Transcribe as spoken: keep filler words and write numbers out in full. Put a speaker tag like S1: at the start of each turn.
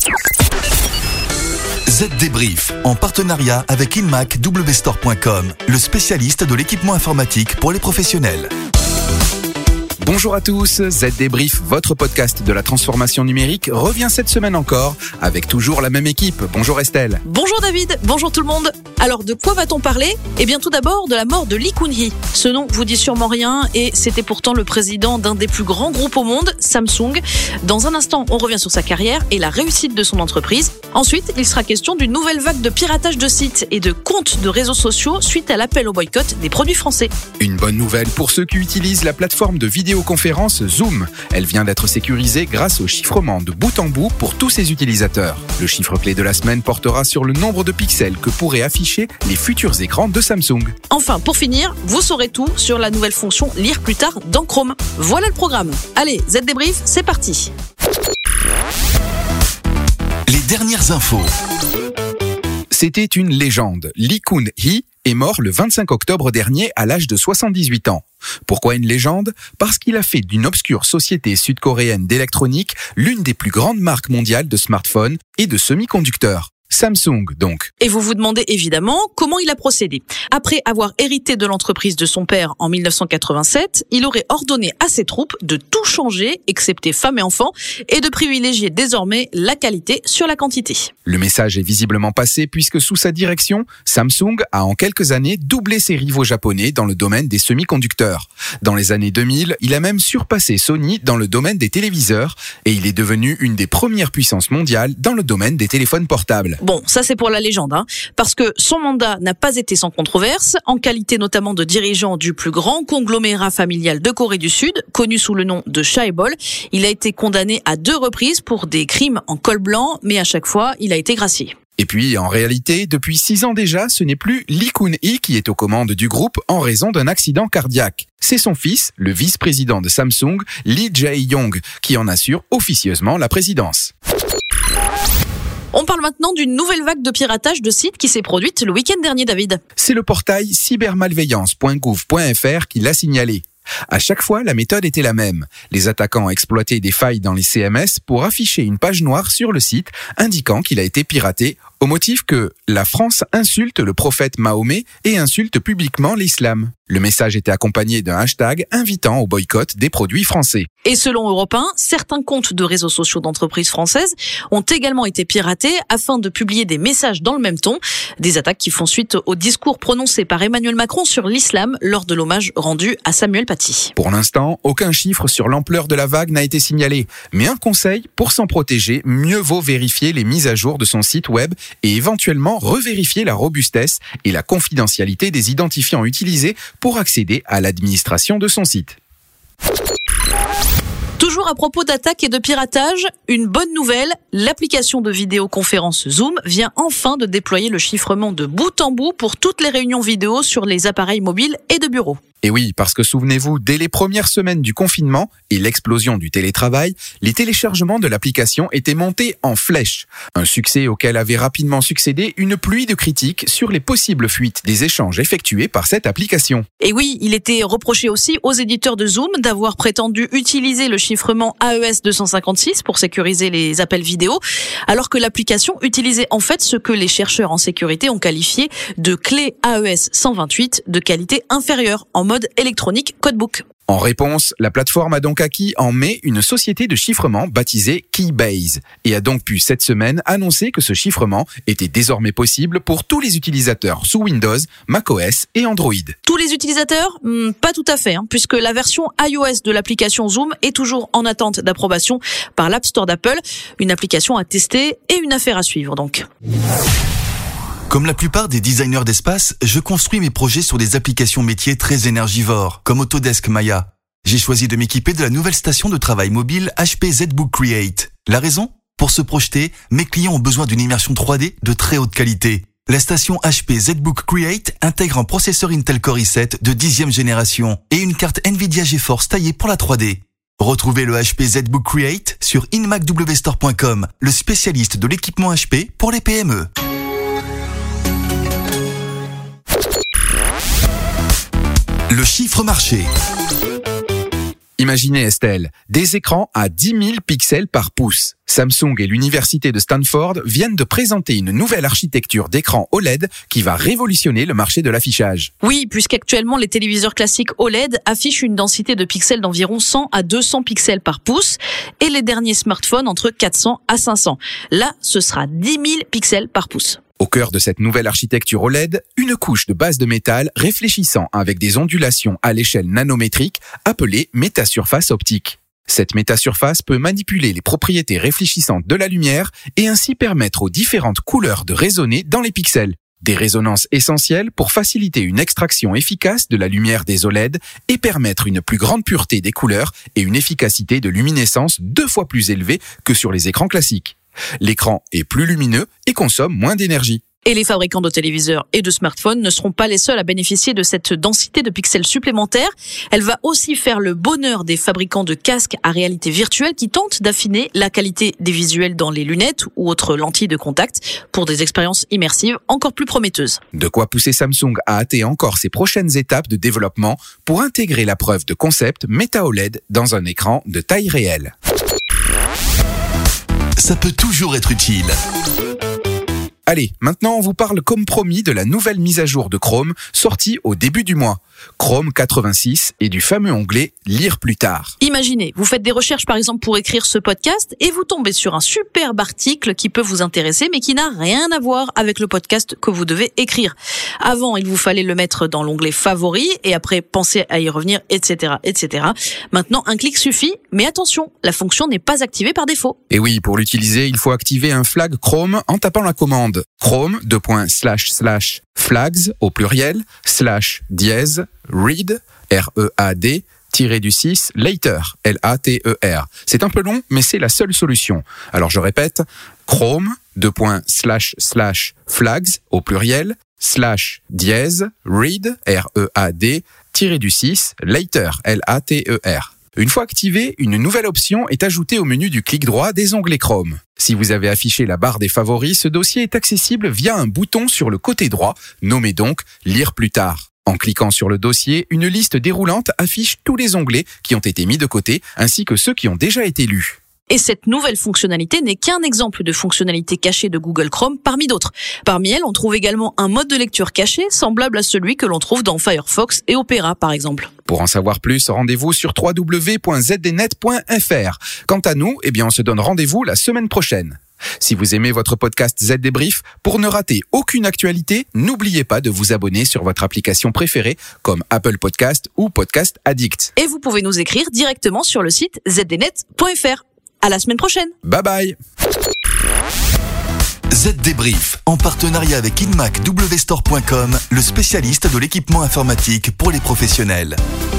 S1: Z Débrief, en partenariat avec Inmac W Store point com, le spécialiste de l'équipement informatique pour les professionnels.
S2: Bonjour à tous, Z Débrief, votre podcast de la transformation numérique, revient cette semaine encore avec toujours la même équipe. Bonjour Estelle.
S3: Bonjour David, bonjour tout le monde. Alors de quoi va-t-on parler ? Eh bien tout d'abord de la mort de Lee Kun-hee. Ce nom vous dit sûrement rien et c'était pourtant le président d'un des plus grands groupes au monde, Samsung. Dans un instant, on revient sur sa carrière et la réussite de son entreprise. Ensuite, il sera question d'une nouvelle vague de piratage de sites et de comptes de réseaux sociaux suite à l'appel au boycott des produits français.
S2: Une bonne nouvelle pour ceux qui utilisent la plateforme de vidéoconférence Zoom. Elle vient d'être sécurisée grâce au chiffrement de bout en bout pour tous ses utilisateurs. Le chiffre clé de la semaine portera sur le nombre de pixels que pourraient afficher les futurs écrans de Samsung.
S3: Enfin, pour finir, vous saurez tout sur la nouvelle fonction Lire plus tard dans Chrome. Voilà le programme. Allez, Z Débrief, c'est parti.
S1: Les dernières infos.
S2: C'était une légende. Lee Kun-hee est mort le vingt-cinq octobre dernier à l'âge de soixante-dix-huit ans. Pourquoi une légende ? Parce qu'il a fait d'une obscure société sud-coréenne d'électronique l'une des plus grandes marques mondiales de smartphones et de semi-conducteurs. Samsung, donc.
S3: Et vous vous demandez évidemment comment il a procédé. Après avoir hérité de l'entreprise de son père en mille neuf cent quatre-vingt-sept, il aurait ordonné à ses troupes de tout changer, excepté femmes et enfants, et de privilégier désormais la qualité sur la quantité.
S2: Le message est visiblement passé puisque sous sa direction, Samsung a en quelques années doublé ses rivaux japonais dans le domaine des semi-conducteurs. Dans les années deux mille, il a même surpassé Sony dans le domaine des téléviseurs et il est devenu une des premières puissances mondiales dans le domaine des téléphones portables.
S3: Bon, ça c'est pour la légende, hein, parce que son mandat n'a pas été sans controverse, en qualité notamment de dirigeant du plus grand conglomérat familial de Corée du Sud, connu sous le nom de Chaebol. Il a été condamné à deux reprises pour des crimes en col blanc, mais à chaque fois, il a été gracié.
S2: Et puis, en réalité, depuis six ans déjà, ce n'est plus Lee Kun-hee qui est aux commandes du groupe en raison d'un accident cardiaque. C'est son fils, le vice-président de Samsung, Lee Jae-yong, qui en assure officieusement la présidence.
S3: On parle maintenant d'une nouvelle vague de piratage de sites qui s'est produite le week-end dernier, David.
S2: C'est le portail cybermalveillance point gouv point f r qui l'a signalé. À chaque fois, la méthode était la même. Les attaquants exploitaient des failles dans les C M S pour afficher une page noire sur le site indiquant qu'il a été piraté au motif que la France insulte le prophète Mahomet et insulte publiquement l'islam. Le message était accompagné d'un hashtag invitant au boycott des produits français.
S3: Et selon Europe un, certains comptes de réseaux sociaux d'entreprises françaises ont également été piratés afin de publier des messages dans le même ton. Des attaques qui font suite au discours prononcé par Emmanuel Macron sur l'islam lors de l'hommage rendu à Samuel Paty.
S2: Pour l'instant, aucun chiffre sur l'ampleur de la vague n'a été signalé. Mais un conseil, pour s'en protéger, mieux vaut vérifier les mises à jour de son site web et éventuellement revérifier la robustesse et la confidentialité des identifiants utilisés pour accéder à l'administration de son site.
S3: Toujours à propos d'attaques et de piratage, une bonne nouvelle, l'application de vidéoconférence Zoom vient enfin de déployer le chiffrement de bout en bout pour toutes les réunions vidéo sur les appareils mobiles et de bureau.
S2: Et oui, parce que souvenez-vous, dès les premières semaines du confinement et l'explosion du télétravail, les téléchargements de l'application étaient montés en flèche. Un succès auquel avait rapidement succédé une pluie de critiques sur les possibles fuites des échanges effectués par cette application.
S3: Et oui, il était reproché aussi aux éditeurs de Zoom d'avoir prétendu utiliser le chiffrement A E S deux cent cinquante-six pour sécuriser les appels vidéo, alors que l'application utilisait en fait ce que les chercheurs en sécurité ont qualifié de clé A E S cent vingt-huit de qualité inférieure en mode électronique codebook.
S2: En réponse, la plateforme a donc acquis en mai une société de chiffrement baptisée Keybase et a donc pu cette semaine annoncer que ce chiffrement était désormais possible pour tous les utilisateurs sous Windows, macOS et Android.
S3: Tous les utilisateurs ? hmm, Pas tout à fait, hein, puisque la version iOS de l'application Zoom est toujours en attente d'approbation par l'App Store d'Apple. Une application à tester et une affaire à suivre donc.
S1: Comme la plupart des designers d'espace, je construis mes projets sur des applications métiers très énergivores, comme Autodesk Maya. J'ai choisi de m'équiper de la nouvelle station de travail mobile H P ZBook Create. La raison ? Pour se projeter, mes clients ont besoin d'une immersion trois D de très haute qualité. La station H P ZBook Create intègre un processeur Intel Core i sept de dixième génération et une carte Nvidia GeForce taillée pour la trois D. Retrouvez le H P ZBook Create sur Inmac W Store point com, le spécialiste de l'équipement H P pour les P M E. Le chiffre marché.
S2: Imaginez Estelle, des écrans à dix mille pixels par pouce. Samsung et l'université de Stanford viennent de présenter une nouvelle architecture d'écran O L E D qui va révolutionner le marché de l'affichage.
S3: Oui, puisqu'actuellement les téléviseurs classiques O L E D affichent une densité de pixels d'environ cent à deux cents pixels par pouce et les derniers smartphones entre quatre cents à cinq cents. Là, ce sera dix mille pixels par pouce.
S2: Au cœur de cette nouvelle architecture O L E D, une couche de base de métal réfléchissant avec des ondulations à l'échelle nanométrique appelée métasurface optique. Cette métasurface peut manipuler les propriétés réfléchissantes de la lumière et ainsi permettre aux différentes couleurs de résonner dans les pixels. Des résonances essentielles pour faciliter une extraction efficace de la lumière des O L E D et permettre une plus grande pureté des couleurs et une efficacité de luminescence deux fois plus élevée que sur les écrans classiques. L'écran est plus lumineux et consomme moins d'énergie.
S3: Et les fabricants de téléviseurs et de smartphones ne seront pas les seuls à bénéficier de cette densité de pixels supplémentaires. Elle va aussi faire le bonheur des fabricants de casques à réalité virtuelle qui tentent d'affiner la qualité des visuels dans les lunettes ou autres lentilles de contact pour des expériences immersives encore plus prometteuses.
S2: De quoi pousser Samsung à hâter encore ses prochaines étapes de développement pour intégrer la preuve de concept Meta-O L E D dans un écran de taille réelle.
S1: Ça peut toujours être utile.
S2: Allez, maintenant on vous parle comme promis de la nouvelle mise à jour de Chrome sortie au début du mois. Chrome quatre-vingt-six et du fameux onglet « Lire plus tard ».
S3: Imaginez, vous faites des recherches par exemple pour écrire ce podcast et vous tombez sur un superbe article qui peut vous intéresser mais qui n'a rien à voir avec le podcast que vous devez écrire. Avant, il vous fallait le mettre dans l'onglet « Favoris » et après penser à y revenir, et cetera, et cetera. Maintenant, un clic suffit, mais attention, la fonction n'est pas activée par défaut.
S2: Et oui, pour l'utiliser, il faut activer un flag Chrome en tapant la commande Chrome, deux points, slash, slash, flags, au pluriel, slash, dièse, read, R E A D, tiré du six, later, L A T E R. C'est un peu long, mais c'est la seule solution. Alors je répète, Chrome, deux points, slash, slash, flags, au pluriel, slash, dièse, read, R E A D, tiré du six, later, L A T E R. Une fois activé, une nouvelle option est ajoutée au menu du clic droit des onglets Chrome. Si vous avez affiché la barre des favoris, ce dossier est accessible via un bouton sur le côté droit, nommé donc « Lire plus tard ». En cliquant sur le dossier, une liste déroulante affiche tous les onglets qui ont été mis de côté, ainsi que ceux qui ont déjà été lus.
S3: Et cette nouvelle fonctionnalité n'est qu'un exemple de fonctionnalité cachée de Google Chrome parmi d'autres. Parmi elles, on trouve également un mode de lecture caché semblable à celui que l'on trouve dans Firefox et Opera par exemple.
S2: Pour en savoir plus, rendez-vous sur w w w point z d net point f r. Quant à nous, eh bien, on se donne rendez-vous la semaine prochaine. Si vous aimez votre podcast Z Débrief, pour ne rater aucune actualité, n'oubliez pas de vous abonner sur votre application préférée comme Apple Podcast ou Podcast Addict.
S3: Et vous pouvez nous écrire directement sur le site z d net point f r. À la semaine prochaine.
S2: Bye bye.
S1: Z Débrief, en partenariat avec inmac w store point com, le spécialiste de l'équipement informatique pour les professionnels.